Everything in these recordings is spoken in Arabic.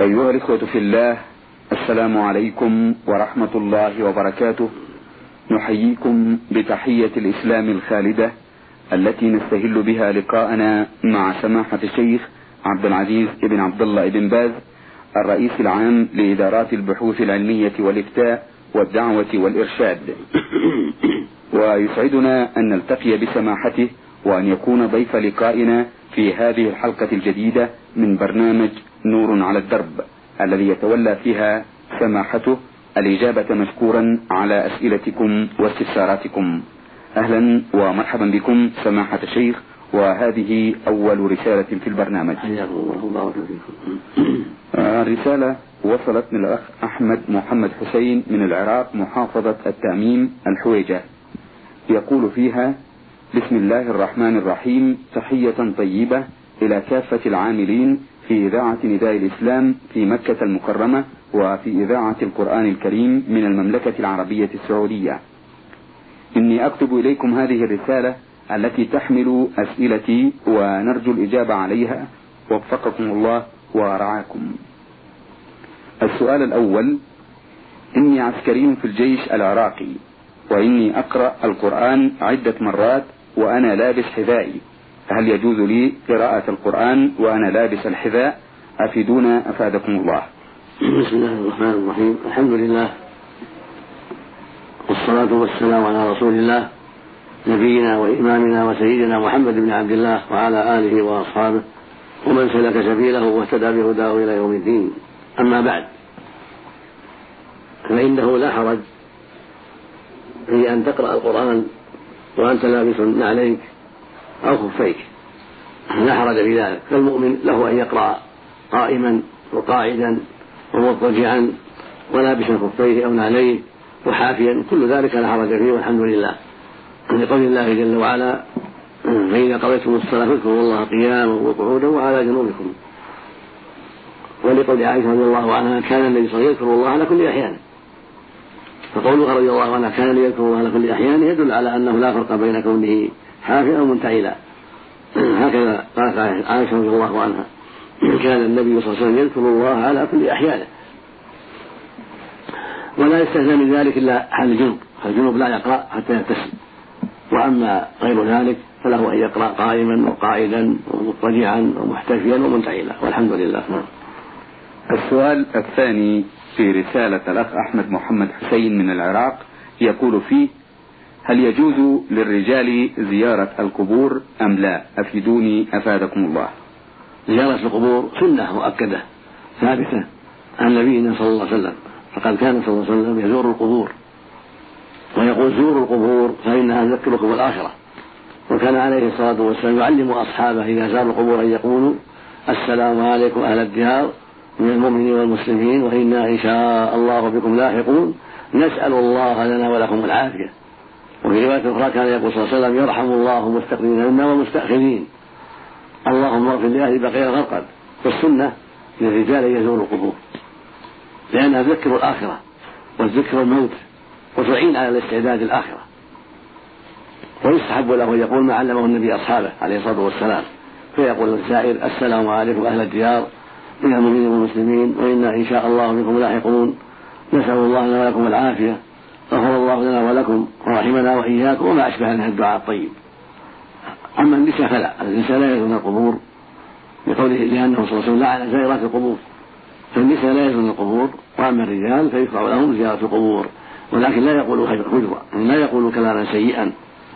أيها الإخوة في الله، السلام عليكم ورحمة الله وبركاته. نحييكم بتحية الإسلام الخالدة التي نستهل بها لقاءنا مع سماحة الشيخ عبد العزيز بن عبد الله بن باز، الرئيس العام لإدارات البحوث العلمية والإفتاء والدعوة والإرشاد. ويسعدنا أن نلتقي بسماحته وأن يكون ضيف لقائنا في هذه الحلقة الجديدة من برنامج نور على الدرب، الذي يتولى فيها سماحته الإجابة مشكورا على أسئلتكم واستفساراتكم. أهلا ومرحبا بكم سماحة الشيخ، وهذه أول رسالة في البرنامج. الرسالة وصلت من الأخ أحمد محمد حسين من العراق، محافظة التأميم الحويجة. يقول فيها: بسم الله الرحمن الرحيم، تحية طيبة إلى كافة العاملين في إذاعة نداء الإسلام في مكة المكرمة وفي إذاعة القرآن الكريم من المملكة العربية السعودية. إني أكتب إليكم هذه الرسالة التي تحمل أسئلتي ونرجو الإجابة عليها، وفقكم الله ورعاكم. السؤال الأول: إني عسكري في الجيش العراقي، وإني أقرأ القرآن عدة مرات وأنا لابس حذائي، هل يجوز لي قراءة القرآن وأنا لابس الحذاء؟ أفيدونا أفادكم الله. بسم الله الرحمن الرحيم، الحمد لله والصلاة والسلام على رسول الله نبينا وإمامنا وسيدنا محمد بن عبد الله وعلى آله وأصحابه ومن سلك سبيله واهتدى بهداه إلى يوم الدين. أما بعد، فإنه لا حرج في أن تقرأ القرآن وأنت لابس نعليك أو خفيك، لا حرج في ذلك. فالمؤمن له أن يقرأ قائما وقاعدا ومضطجعا ولابسا خفيه أو نعليه وحافيا، كل ذلك لا حرج فيه، والحمد لله. لقول الله جل وعلا: فإذا قضيتم الصلاة فاذكروا الله قياما وقعودا وعلى جنوبكم. ولقول عائشة رضي الله عنها: كان النبي صلى الله عليه وسلم يذكر الله على كل أحيان. فقولها رضي الله عنها كان النبي يذكر الله على كل أحيان يدل على أنه لا فرق بين كونه حافيا أو منتعلا. هكذا قالت عائشة رضي الله عنها: كان النبي صلى الله عليه وسلم يذكر الله على كل أحيانه. ولا يستثنى من ذلك إلا حال الجنوب، فالجنوب لا يقرأ حتى يغتسل، وأما غير ذلك فله أن يقرأ قائما وقاعدا ومضطجعا ومحتفيا ومنتعلا، والحمد لله. السؤال الثاني في رسالة الأخ أحمد محمد حسين من العراق، يقول فيه: هل يجوز للرجال زيارة القبور أم لا؟ أفيدوني أفادكم الله. زيارة القبور سنة مؤكدة ثابتة عن نبينا صلى الله عليه وسلم، فقد كان صلى الله عليه وسلم يزور القبور ويقول: زوروا القبور فإنها تذكركم الآخرة. وكان عليه الصلاة والسلام يعلم أصحابه إذا زاروا القبور أن يقولوا: السلام عليكم أهل الديار من المؤمنين والمسلمين، وإنا إن شاء الله بكم لاحقون، نسأل الله لنا ولكم العافية. وفي رواية أخرى كان يقول صلى الله عليه وسلم: يرحم الله المستقدمين منا والمستأخرين، اللهم اغفر لأهل بقيع الغرقد. فالسنة للرجال يزوروا القبور لأنها تذكر الآخرة وتذكر الموت وتعين على الاستعداد الآخرة. ويستحب له أن يقول ما علمه النبي أصحابه عليه الصلاة والسلام، فيقول للسائر: السلام عليكم أهل الديار من المؤمنين والمسلمين، وإنا إن شاء الله بكم لاحقون، نسأل الله لنا ولكم العافية، غفر الله لنا ولكم ورحمنا وإياكم، وما أشبه من الدعاء الطيب. أما النساء فلا، النساء لا يزورن القبور لقوله لأنه صلى الله عليه وسلم لعن زائرات القبور، فالنساء لا يزورن القبور. وأما الرجال فيشرع لهم زيارة القبور، ولكن لا يقولوا هجوة، لا يقولوا كلاما سيئا،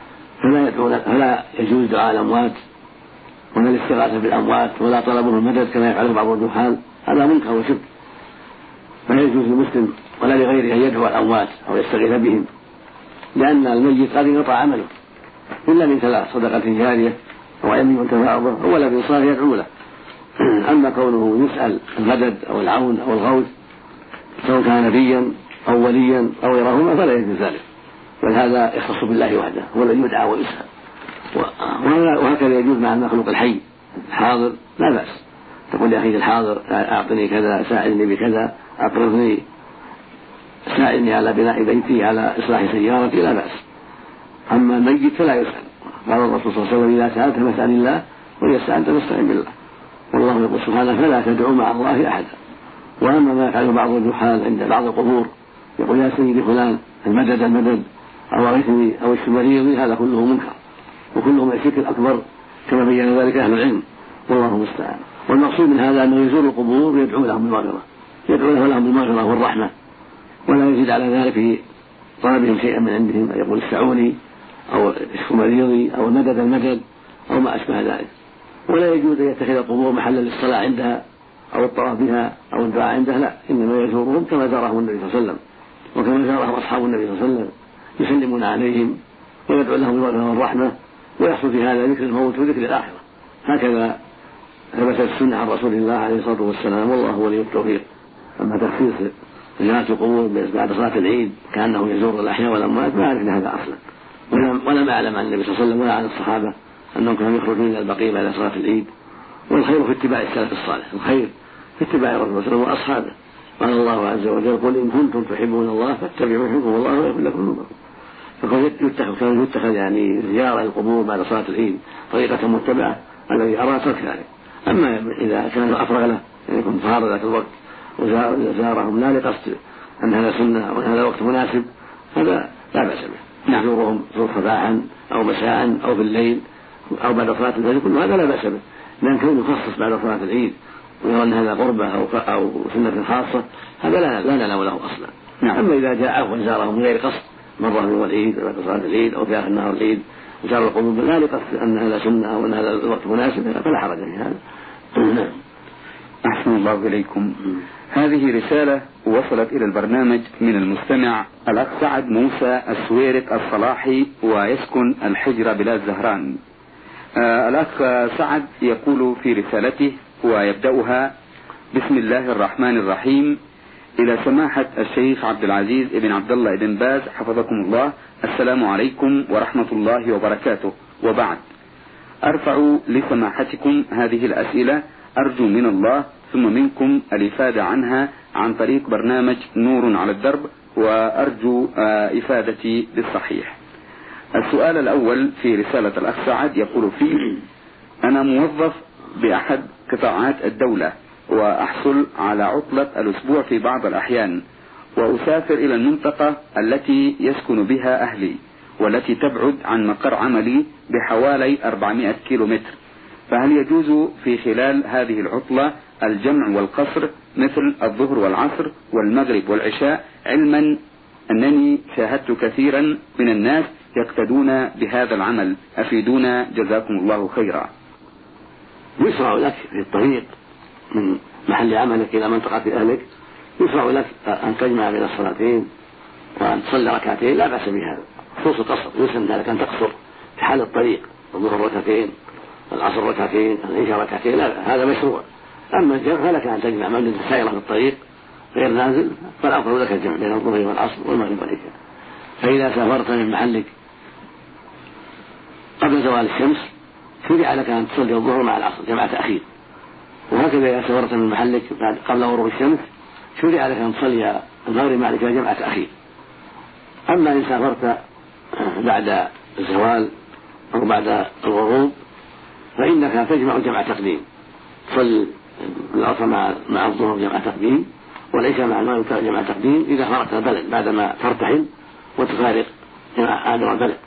فلا يجوز دعاء الأموات ولا الاستغاثة بالأموات ولا طلبهم المدد كما يفعله بعض الجهال، هذا منكر وشرك. فلا يجوز للمسلم ولا لغيره أن يدعو الأموات أو يستغيث بهم، لأن الميت قد انقطع عمله إلا من ثلاث: صدقة جارية أو علم ينتفع به أو ولد صالح يدعو له. أما كونه يسأل المدد أو العون أو الغوث سواء كان نبيا أو وليا أو غيرهما فلا يجوز ذلك، بل هذا يختص بالله وحده، هو الذي يدعى ويسأل. وهكذا يجوز مع المخلوق الحي الحاضر، لا بأس تقول لأخيك الحاضر: أعطني كذا، ساعدني بكذا، أقرضني، ساعدني على بناء بيتي، على إصلاح سيارتي، لا بأس. أما الميت فلا يسأل. قال الرسول صلى الله عليه وسلم: إذا سألت فاسأل الله، وإذا استعنت فاستعن بالله. والله يقول سبحانه: فلا تدعوا مع الله أحدا. وأما ما يفعله بعض الجحال عند بعض القبور يقول يا سيدي فلان المدد المدد أو أغثني أو اشف مريضي، هذا كله منكر وكله من الشرك الأكبر كما بين ذلك أهل العلم والله المستعان. والمقصود من هذا أنه يزور القبور ويدعو لهم بالمغفرة، يدعو لهم بالمغفرة والرحمة، ولا يزيد على ذلك في طلبهم شيئا من عندهم، أن يقول اشفعوني أو اشف مريضي أو المدد المدد أو ما أشبه ذلك. ولا يجوز أن يتخذ القبور محلا للصلاة عندها أو الطواف بها أو الدعاء عندها، لا، إنما يزورهم كما زارهم النبي صلى الله عليه وسلم وكما زارهم أصحاب النبي صلى الله عليه وسلم، يسلمون عليهم ويدعو لهم بالمغفرة والرحمة، ويحصل في هذا ذكر الموت وذكر الآخرة. هكذا ثبتت السنة عن رسول الله عليه الصلاة والسلام والله ولي التوفيق. أما تخصيص زيارة القبور بعد صلاة العيد كأنه يزور الأحياء والأموات ما أعرف هذا أصلا، ولم أعلم عن النبي صلى الله عليه وسلم ولا عن الصحابة أنهم كانوا يخرجون إلى البقيع بعد صلاة العيد. والخير في اتباع السلف الصالح، الخير في اتباع الرسول صلى الله عليه وسلم وأصحابه. قال الله عز وجل قل إن كنتم تحبون الله فاتبعوا يحبكم الله ويغفر لكم ذنوبكم. فكان يتخذ يعني زيارة القبور بعد صلاة العيد طريقة متبعة، الذي أرى ترك ذلك. أما إذا كان أفرغ له يعني يكون فارغ ذاك الوقت وزارهم لا لقصد أن هذا سنة أو أن هذا وقت مناسب، هذا لا بأس به. يزورهم زور صباحا أو مساء أو في الليل أو بعد صلاة الفجر، كل هذا لا بأس به، لأن كونه يخصص بعد صلاة العيد ويرى أن هذا قربة أو سنة خاصة هذا لا نلام له أصلا. أما إذا جاء وزارهم من غير قصد، مرة من العيد بعد صلاة العيد أو في آخر نهار العيد وزار القبور لا لقصد أن هذا سنة أو أن هذا الوقت مناسب، فلا حرج في هذا. أحسن الله إليكم. هذه رسالة وصلت إلى البرنامج من المستمع الأخ سعد موسى السويرت الصلاحي ويسكن الحجرة بلاد زهران. الأخ سعد يقول في رسالته ويبدأها بسم الله الرحمن الرحيم: إلى سماحة الشيخ عبد العزيز بن عبد الله بن باز حفظكم الله، السلام عليكم ورحمة الله وبركاته، وبعد. أرفع لسماحتكم هذه الأسئلة، أرجو من الله ثم منكم الإفادة عنها عن طريق برنامج نور على الدرب، وأرجو إفادتي بالصحيح. السؤال الأول في رسالة الأخ سعد يقول فيه: أنا موظف بأحد قطاعات الدولة وأحصل على عطلة الأسبوع في بعض الأحيان، وأسافر إلى المنطقة التي يسكن بها أهلي والتي تبعد عن مقر عملي بحوالي 400 كيلومتر، فهل يجوز في خلال هذه العطلة الجمع والقصر مثل الظهر والعصر والمغرب والعشاء، علما أنني شاهدت كثيرا من الناس يقتدون بهذا العمل؟ أفيدونا جزاكم الله خيرا. يشرع لك في الطريق من محل عملك إلى منطقة أهلك، يشرع لك أن تجمع بين الصلاتين وأن تصلي ركعتين، لا بأس بهذا، خصوص القصر يسن لك أن تقصر في حال الطريق، الظهر ركعتين والعصر ركعتين العشاء ركعتين، لا هذا مشروع. أما الجمع فلك أن تجمع من سائرة في الطريق غير نازل، فالأفضل لك الجمع بين الظهر والعصر والمغرب والعشاء. فإذا سافرت من محلك قبل زوال الشمس شرع لك أن تصلي الظهر مع العصر جمع تأخير، وهكذا إذا سافرت من محلك قبل غروب الشمس شرع لك أن تصلي المغرب مع العشاء جمع تأخير. أما إن سافرت بعد الزوال أو بعد الغروب فإنك تجمع جمع تقديم، تصلي العصر مع الظهر جمع تقديم والعشاء مع المغرب جمع تقديم إذا فرقت البلد بعدما ترتحل وتفارق عابر البلد.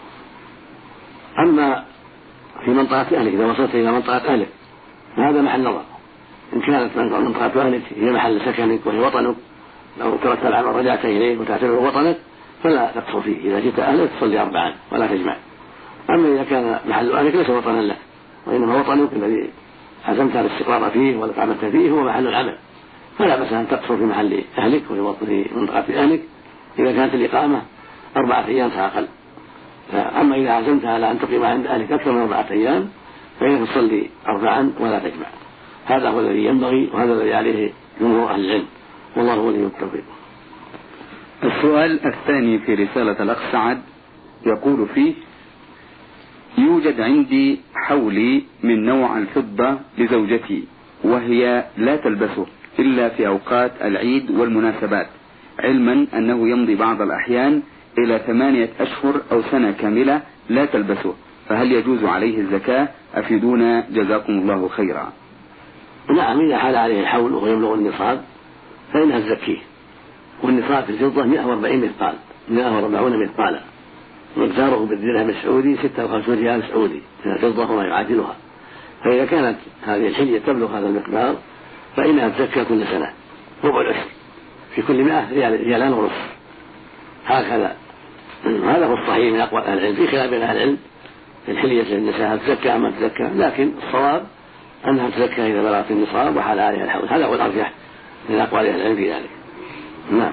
أما في منطقة أهلك إذا وصلت إلى منطقة أهلك فهذا محل نظر، إن كانت منطقة أهلك هي محل سكنك وهي وطنك، لو تركت العمل رجعت إليه وتعتبره وطنك فلا تقصر فيه، إذا جئت أهلك تصلي 4 ولا تجمع. أما إذا كان محل أهلك ليس وطنا لك وإنما وطنك الذي عزمت على الاستقرار فيه والإقامة فيه هو محل العمل، فلا بأس أن تقصر في محل أهلك وفي منطقة أهلك إذا كانت الإقامة 4 أيام فأقل. أما إذا عزمت على أن تقيم عند أهلك أكثر من 4 أيام فإنك تصلي 4 ولا تجمع. هذا هو الذي ينبغي وهذا الذي عليه جمهور أهل العلم، والله ولي التوفيق. السؤال الثاني في رسالة الأخ سعد يقول فيه: يوجد عندي حولي من نوع الفضة لزوجتي وهي لا تلبسه إلا في أوقات العيد والمناسبات، علما أنه يمضي بعض الأحيان إلى 8 أشهر أو سنة كاملة لا تلبسه، فهل يجوز عليه الزكاة؟ أفيدونا جزاكم الله خيرا. نعم، إذا حال عليه الحول وهو يبلغ النصاب فإنها تزكيه. والنصاب في الفضة 140 مثقال، 140 مثقالا، مقداره بالدرهم السعودي 56 ريال سعودي من الفضة وما يعادلها. فإذا كانت هذه الحلية تبلغ هذا المقدار فإنها تزكى كل سنة ربع العشر في كل 100 ريالان ونصف. هكذا هذا هو الصحيح من أقوال أهل العلم، في خلاف بين أهل العلم في الحلية النساء هل تزكى أم ما تزكى، لكن الصواب أنها تزكى إذا بلغت النصاب وحال عليها الحول. هذا هو الأرجح من أقوال أهل العلم في ذلك. نعم.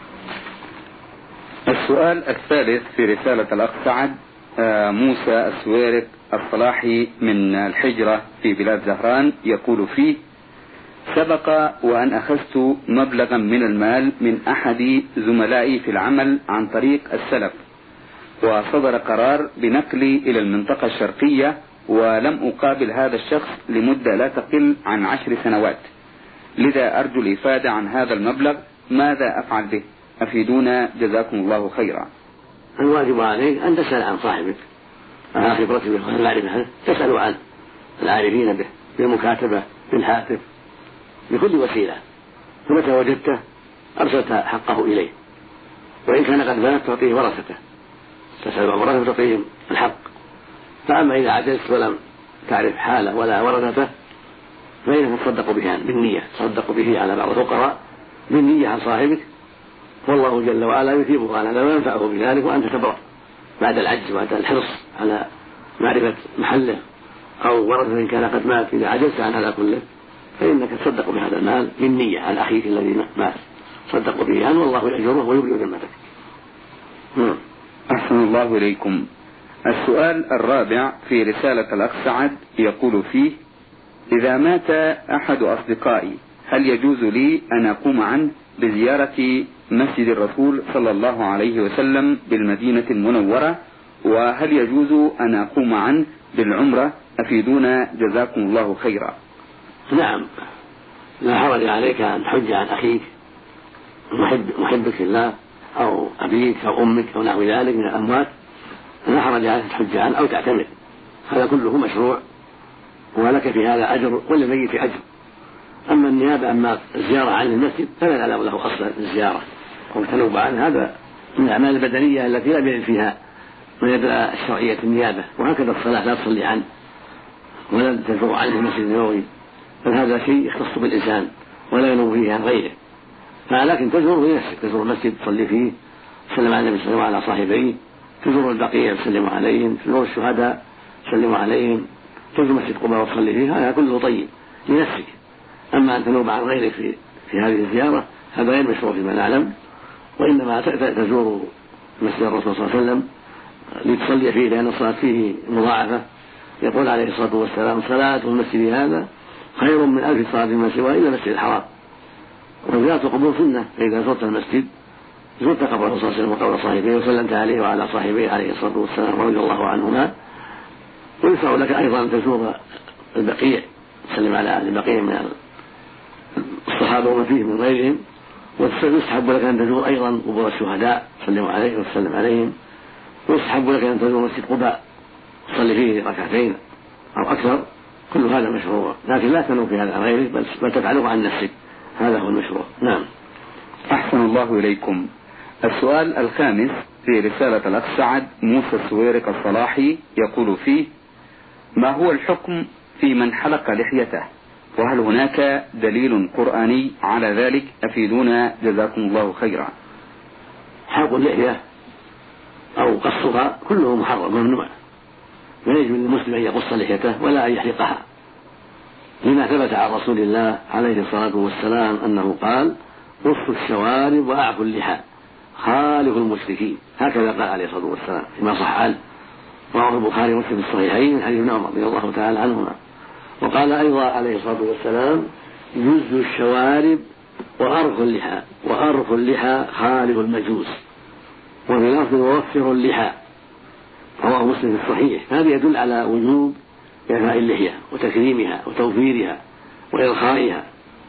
السؤال الثالث في رسالة الأخ سعد موسى السويرك الصلاحي من الحجرة في بلاد زهران، يقول فيه: سبق وأن أخذت مبلغا من المال من أحد زملائي في العمل عن طريق السلف، وصدر قرار بنقلي إلى المنطقة الشرقية، ولم أقابل هذا الشخص لمدة لا تقل عن 10 سنوات، لذا أرجو الإفادة عن هذا المبلغ، ماذا أفعل به؟ أفيدونا جزاكم الله خيرا. الواجب عليك أن تسأل عن صاحبك على خبرته والمعرفة، تسأل عن العارفين به بالمكاتبة بالهاتف بكل وسيلة، فمتى وجدته أرسلت حقه إليه، وإن كان قد مات تعطيه ورثته، تسأل عن ورثته تعطيهم الحق. فأما إذا عجزت ولم تعرف حاله ولا ورثته فإنك تصدق به بالنية، تصدق به على بعض الفقراء بالنية عن صاحبك، والله جل وعلا يثيبه على ما ينفعه بذلك، وأنت تبرأ بعد العجز وبعد الحرص على معرفة محله أو ورثته إن كان قد مات. إذا عجزت عن هذا كله فإنك تصدق بهذا المال بالنية عن أخيك الذي مات، صدق به عنه والله يأجره ويبرئ ذمتك. أحسن الله إليكم. السؤال الرابع في رسالة الأخ سعد يقول فيه: إذا مات أحد أصدقائي هل يجوز لي أن أقوم عنه بزيارة مسجد الرسول صلى الله عليه وسلم بالمدينة المنورة، وهل يجوز أن أقوم عنه بالعمرة؟ أفيدونا جزاكم الله خيرا. نعم، لا حرج عليك أن تحج عن أخيك محبك في الله أو أبيك أو أمك أو نحو ذلك من الأموات، لا حرج عليك تحج عنه أو تعتمر، هذا كله مشروع ولك في هذا أجر وللميت أجر. أما النيابة، أما الزيارة عن المسجد فلا يعلم له أصلا الزيارة أو التنوب عنه، هذا من الأعمال البدنية التي لا يرد فيها من يدعى الشرعية النيابة. وهكذا الصلاة لا تصلي عنه ولا تدعو عنه المسجد النبوي، بل هذا شيء يختص بالإنسان ولا ينوب فيه عن غيره. فلكن تزور لنفسك، تزور المسجد تصلي فيه، تسلم على النبي صلى الله عليه وسلم على صاحبيه، تزور البقيع تسلم عليهم، تزور الشهداء تسلم عليهم، تزور مسجد قباء وتصلي فيه، هذا كله طيب لنفسك. أما أن تنوب عن غيرك في هذه الزيارة هذا غير مشروع فيما نعلم، وإنما تزور مسجد الرسول صلى الله عليه وسلم لتصلي فيه، لأن الصلاة فيه مضاعفة. يقول عليه الصلاة والسلام: صلاة المسجد هذا خير من 1000 صلاة من سواه إلا المسجد الحرام. وزيارة القبور سنة، فإذا زرت المسجد زرت قبر الرسول صلى الله عليه وسلم وقبر صاحبيه وسلمت عليه وعلى صاحبيه عليه الصلاة والسلام رضي الله عنهما. ويشرع لك أيضا أن تزور البقيع، تسلم على أهل البقيع من الصحابة ومن فيه من غيرهم. ويستحب لك أن تزور أيضا قبور الشهداء تسلم عليهم وتسلم عليهم. ويستحب لك أن تزور مسجد قباء تصلي فيه ركعتين أو أكثر، كل هذا مشروع، لكن لا تنوب في هذا عن غيرك بل تفعله عن نفسك، هذا هو المشروع. نعم. أحسن الله إليكم. السؤال الخامس في رسالة الأخ سعد موسى السويرك الصلاحي يقول فيه: ما هو الحكم في من حلق لحيته، وهل هناك دليل قرآني على ذلك؟ أفيدونا جزاكم الله خيرا. حلق اللحية أو قصها كله محرم ممنوع، لا يجوز للمسلم أن يقص لحيته ولا أن يحلقها، لما ثبت عن رسول الله عليه الصلاة والسلام أنه قال: قصوا الشوارب وأعفوا اللحى خالف المشركين، هكذا قال عليه الصلاة والسلام فيما صح عنه، رواه البخاري ومسلم في الصحيحين من حديث ابن عمر رضي الله تعالى عنهما. وقال أيضا عليه الصلاة والسلام: جز الشوارب وأرخ اللحى، وأرخ اللحى خالف المجوس، وفي لفظ ووفر اللحى، رواه مسلم في الصحيح. هذا يدل على وجوب إعفاء اللحية وتكريمها وتوفيرها وإرخائها.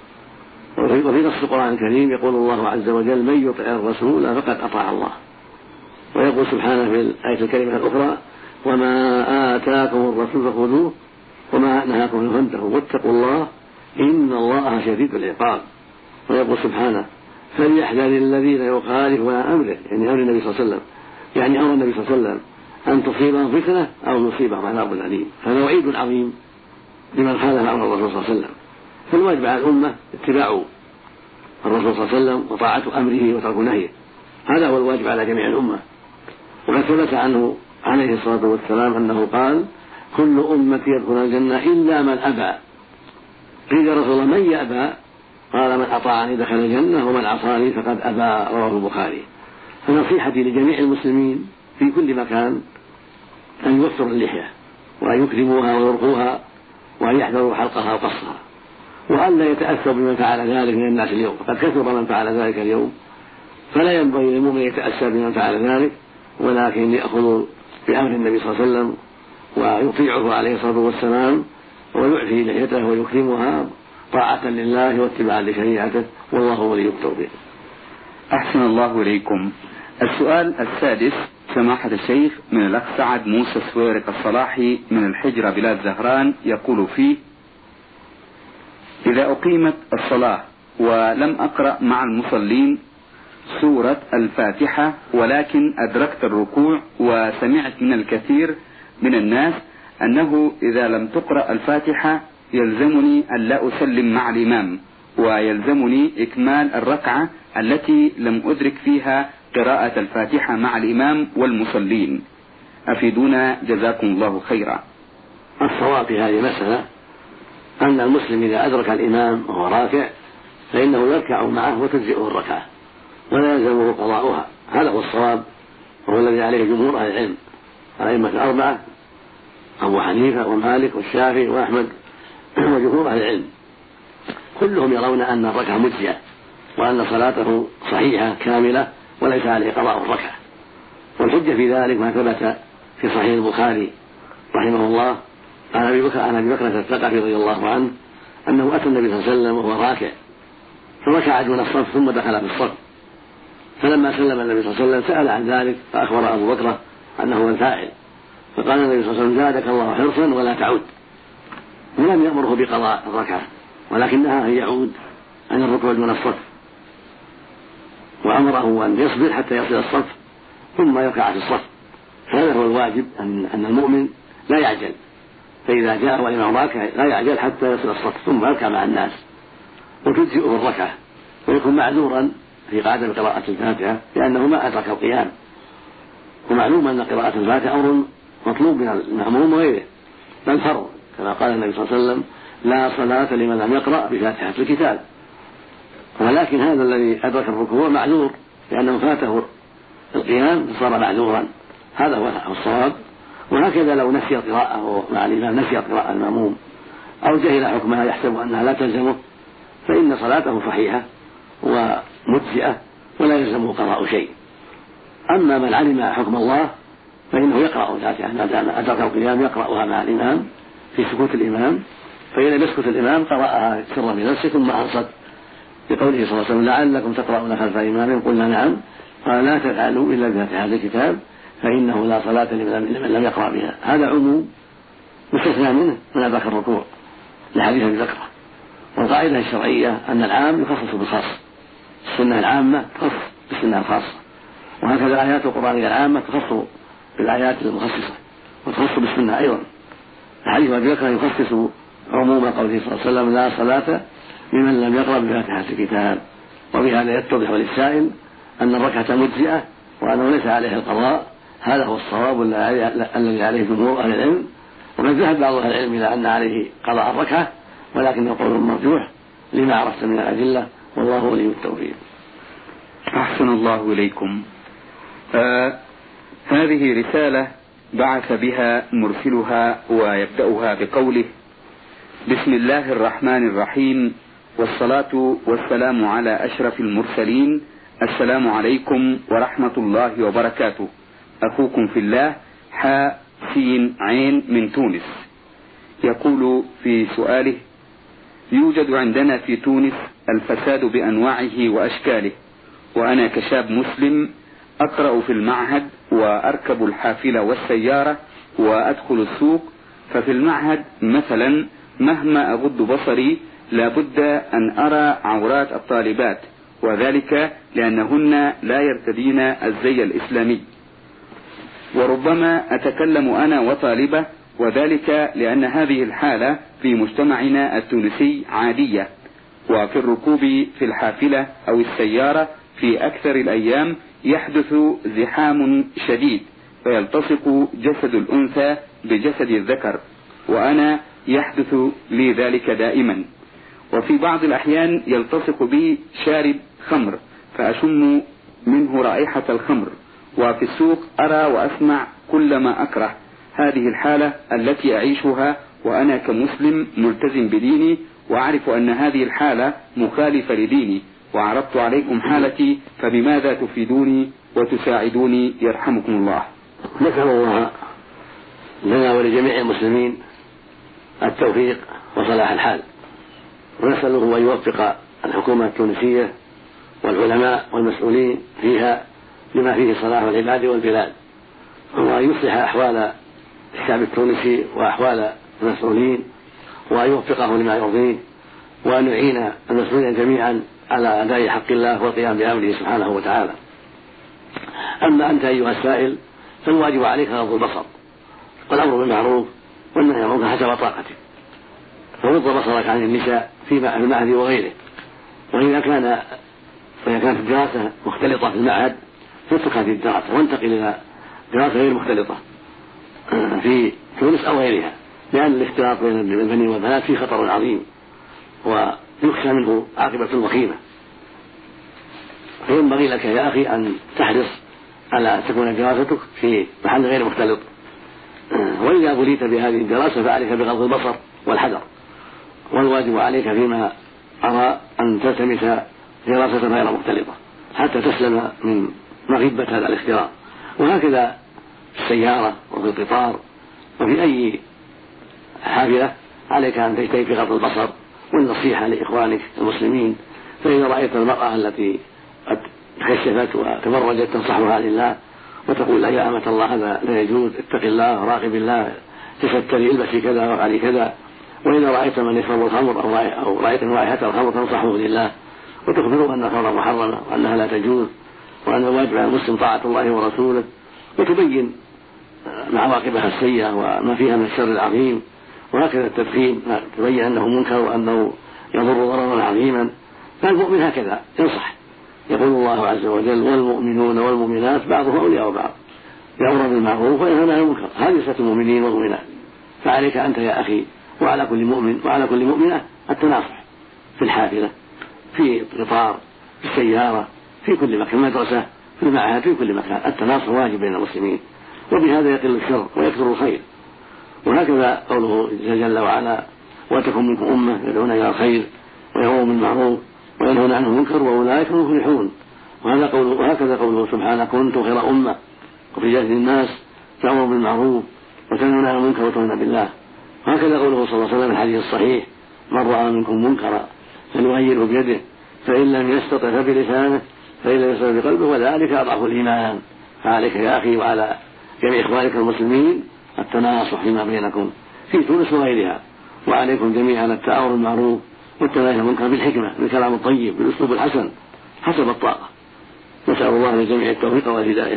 وفي نص القرآن الكريم يقول الله عز وجل: من يطع الرسول فقد أطاع الله. ويقول سبحانه في الآية الكريمة الأخرى: وما آتاكم الرسول فخذوه وما نهاكم عنه فانتهوا واتقوا الله إن الله شديد العقاب. ويقول سبحانه فليحذر الذين يخالفون عن أمره، يعني أمر النبي صلى الله عليه وسلم، يعني أمر النبي صلى الله عليه وسلم أن تصيبهم فتنة أو يصيبهم عذاب أليم. هذا وعيد عظيم لمن خالف أمر الرسول صلى الله عليه وسلم. فالواجب على الأمة اتباع الرسول صلى الله عليه وسلم وطاعة أمره وترك نهيه، هذا هو الواجب على جميع الأمة. وقد ثبت عنه عليه الصلاة والسلام أنه قال كل أمتي يدخلون الجنة إلا من أبى. قيل يا رسول الله من يأبى؟ قال من أطاعني دخل الجنة ومن عصاني فقد أبى، رواه البخاري. فنصيحتي لجميع المسلمين في كل مكان أن يوفروا اللحية وأن يكرموها ويرقوها وأن يحذروا حلقها وقصها، وأن لا يتأثروا بمن فعل ذلك من الناس اليوم، فقد كثر من فعل ذلك اليوم، فلا ينبغي للمؤمن يتأثر بمن فعل ذلك، ولكن يأخذ بأمر النبي صلى الله عليه وسلم ويطيعه عليه الصلاة والسلام ويعفي لحيته ويكرمها طاعة لله واتباعا لشريعته، والله ولي التوفيق. أحسن الله إليكم. السؤال السادس سماحة الشيخ من الأخ سعد موسى سويرق الصلاحي من الحجرة بلاد زهران، يقول فيه: إذا أقيمت الصلاة ولم أقرأ مع المصلين سورة الفاتحة ولكن أدركت الركوع وسمعت من الكثير من الناس أنه إذا لم تقرأ الفاتحة يلزمني أن لا أسلم مع الإمام ويلزمني إكمال الركعة التي لم أدرك فيها قراءة الفاتحة مع الإمام والمصلين، أفيدونا جزاكم الله خيرا. الصواب في هذه المسألة أن المسلم إذا أدرك الإمام وهو راكع فإنه يركع معه وتجزئه الركعة ولا يلزمه قضاؤها، هذا هو الصواب وهو الذي عليه جمهور أهل العلم، الأئمة الأربعة أبو حنيفة ومالك والشافعي وأحمد وجمهور أهل العلم كلهم يرون أن الركعة مجزئة وأن صلاته صحيحة كاملة وليس عليه قضاء الركعة. والحجة في ذلك ما ثبت في صحيح البخاري رحمه الله عن أبي بكر الثقفي رضي الله عنه أنه أتى النبي صلى الله عليه وسلم وهو راكع فركع دون الصف ثم دخل في الصف، فلما سلم النبي صلى الله عليه وسلم سأل عن ذلك فأخبر أبو بكر أنه الفاعل، فقال النبي صلى الله عليه وسلم زادك الله حرصا ولا تعود، ولم يأمره بقضاء الركعة ولكنها أن يعود عن الركوع دون الصف، وأمره أن يصبر حتى يصل الصف ثم يركع في الصف. هذا هو الواجب، أن المؤمن لا يعجل، فإذا جاء والإمام راكع لا يعجل حتى يصل الصف ثم يركع مع الناس وتجزئه الركعة ويكون معذورا في عدم قراءة الفاتحة لأنه ما أدرك القيام. ومعلوم أن قراءة الفاتحة أمر مطلوب من المأموم وغيره بل فرض، كما قال النبي صلى الله عليه وسلم لا صلاة لمن لم يقرأ بفاتحة الكتاب. ولكن هذا الذي أدرك الركوع معذور لأنه فاته القيام فصار معذورا، هذا هو الصواب. وهكذا لو نسي القراءة مع الإمام، نسي قراءة المأموم أو جهل حكمها يحسب أنها لا تلزمه فإن صلاته صحيحة ومجزئة ولا يلزمه قراء شيء. أما من علم حكم الله فإنه يقرأ الفاتحة ما دام أدرك القيام يقرأها مع الإمام في سكوت الإمام، فإذا لم يسكت الإمام قرأها سرا بنفسه ثم أنصت بقوله صلى الله عليه وسلم لعلكم تقرؤون خلف إمام، قلنا نعم، قال لا تفعلوا إلا بفاتحة الكتاب فإنه لا صلاة لمن لم يقرأ بها. هذا عموم مستثنى منه من أدرك الركوع لحديث أبي بكر. والقاعدة الشرعية أن العام يخصص بالخاص، السنة العامة تخص بالسنة الخاصة، وهكذا الآيات القرآنية العامة تخص بالآيات المخصصة وتخص بالسنة أيضا. الحديث أبي بكر يخصص عموم قوله صلى الله عليه وسلم لا صلاة لمن لم يقرأ بفاتحة الكتاب. وبهذا يتضح للسائل أن الركعة مجزئة وأنه ليس عليه القضاء، هذا هو الصواب الذي عليه جمهور أهل العلم. وقد ذهب بعض أهل العلم إلى أن عليه قضاء الركعة ولكن القول مرجوح لما عرفت من الأدلة، والله ولي التوفيق. أحسن الله إليكم. هذه رسالة بعث بها مرسلها ويبدأها بقوله: بسم الله الرحمن الرحيم، والصلاة والسلام على أشرف المرسلين، السلام عليكم ورحمة الله وبركاته. أخوكم في الله حاء سين عين من تونس. يقول في سؤاله: يوجد عندنا في تونس الفساد بأنواعه وأشكاله، وأنا كشاب مسلم أقرأ في المعهد وأركب الحافلة والسيارة وأدخل السوق، ففي المعهد مثلا مهما أغض بصري لا بد أن أرى عورات الطالبات، وذلك لأنهن لا يرتدين الزي الإسلامي، وربما أتكلم أنا وطالبة، وذلك لأن هذه الحالة في مجتمعنا التونسي عادية. وفي الركوب في الحافلة أو السيارة في أكثر الأيام يحدث زحام شديد، فيلتصق جسد الأنثى بجسد الذكر، وأنا يحدث لي ذلك دائما. وفي بعض الأحيان يلتصق بي شارب خمر فأشم منه رائحة الخمر، وفي السوق أرى وأسمع كل ما أكره. هذه الحالة التي أعيشها وأنا كمسلم ملتزم بديني، وأعرف أن هذه الحالة مخالفة لديني، وعرضت عليكم حالتي، فبماذا تفيدوني وتساعدوني يرحمكم الله؟ نسأل الله لنا ولجميع المسلمين التوفيق وصلاح الحال، ونسأله أن يوفق الحكومة التونسية والعلماء والمسؤولين فيها لما فيه صلاح العباد والبلاد، وأن يصلح أحوال الشعب التونسي وأحوال المسؤولين، وأن يوفقه لما يرضيه، وأن يعين المسؤولين جميعا على أداء حق الله والقيام بأمره سبحانه وتعالى. أما أنت أيها السائل فالواجب عليك غض البصر والأمر بالمعروف والنهي عن المنكر حسب طاقتك، فغض بصرك عن النساء في المعهد وغيره. وإذا كانت الدراسة مختلطة في المعهد فاترك هذه الدراسة وانتقل إلى دراسة غير مختلطة في تونس أو غيرها، لأن الاختلاط بين البنين والبنات فيه خطر عظيم ويخشى منه عاقبة وخيمة. فينبغي لك يا أخي أن تحرص على أن تكون دراستك في محل غير مختلط، وإذا بليت بهذه الدراسة فعليك بغض البصر والحذر، والواجب عليك فيما أرى أن تلتمس دراسة غير مختلطة حتى تسلم من مغبة هذا الاختلاط. وهكذا في السيارة وفي القطار وفي أي حافلة عليك أن تجتهد في غض البصر والنصيحة لإخوانك المسلمين. فإذا رأيت المرأة التي قد تكشفت وتبرجت تنصحها لله وتقول لا يا أمة الله هذا لا يجوز، اتق الله راقب الله، تستري البسي كذا وافعلي كذا. وإذا رأيت من يشرب الخمر أو رأيت رائحة الخمر تنصحه لله وتخبره أن الخمر محرمة وأنها لا تجوز وأن الواجب على المسلم طاعة الله ورسوله، وتبين عواقبها السيئة وما فيها من الشر العظيم. وهكذا التدخين تبين أنه منكر وأنه يضر ضررا عظيما. فالمؤمن هكذا ينصح، يقول الله عز وجل والمؤمنون والمؤمنات بعضهم أولياء بعض يأمر بالمعروف وينهى عن المنكر، هذه صفة المؤمنين والمؤمنات. فعليك أنت يا أخي وعلى كل مؤمن وعلى كل مؤمنة التناصح في الحافلة، في القطار، في السيارة، في كل مكان، مدرسة، في المعهد، في كل مكان. التناصح واجب بين المسلمين، وبهذا يقل الشر ويكثر الخير. وهكذا قوله جل وعلا وتكن منكم أمة يدعون إلى الخير ويأمرون بالمعروف وينهون عن المنكر وأولئك هم المفلحون. وهكذا قوله سبحانه كنتم خير أمة وفي الناس تأمرون بالمعروف وتنهون عن المنكر وتؤمنون بالله. وهكذا قوله صلى الله عليه وسلم في الحديث الصحيح من رأى منكم منكرا فليغيره بيده فإن لم يستطع فبلسانه فإن لم يستطع بقلبه وذلك أضعف الإيمان. فعليك يا أخي وعلى جميع إخوانك المسلمين التناصح فيما بينكم في تونس وغيرها، وعليكم جميعا التأمر بالمعروف والتنهي عن المنكر بالحكمة بالكلام الطيب بالأسلوب الحسن حسب الطاقة. نسأل الله للجميع التوفيق والهداية.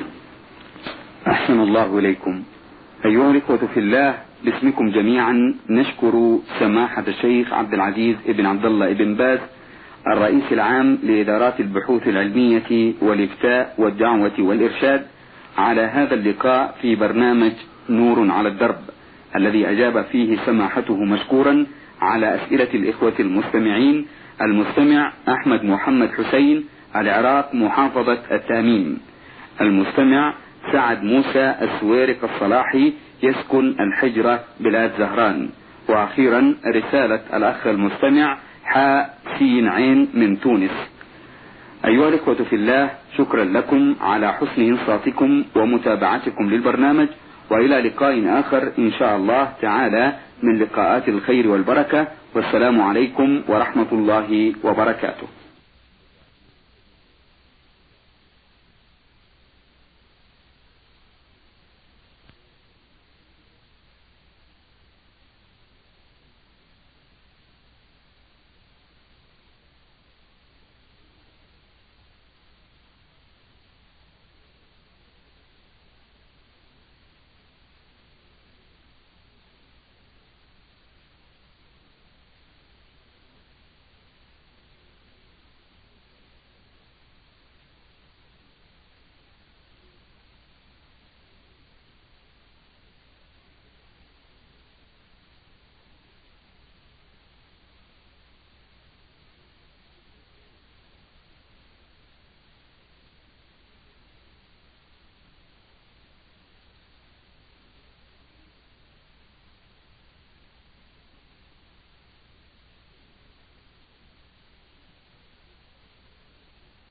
أحسن الله إليكم. أيها الإخوة في الله، باسمكم جميعا نشكر سماحة الشيخ عبد العزيز بن عبد الله بن باز الرئيس العام لإدارات البحوث العلمية والإفتاء والدعوة والإرشاد على هذا اللقاء في برنامج نور على الدرب، الذي أجاب فيه سماحته مشكورا على أسئلة الإخوة المستمعين. المستمع أحمد محمد حسين، العراق، محافظة التاميم. المستمع سعد موسى السويرق الصلاحي، يسكن الحجرة بلاد زهران. وأخيرا رسالة الأخ المستمع حاء سين عين من تونس. أيها الإخوة في الله، شكرا لكم على حسن إنصاتكم ومتابعتكم للبرنامج، وإلى لقاء آخر إن شاء الله تعالى من لقاءات الخير والبركة، والسلام عليكم ورحمة الله وبركاته.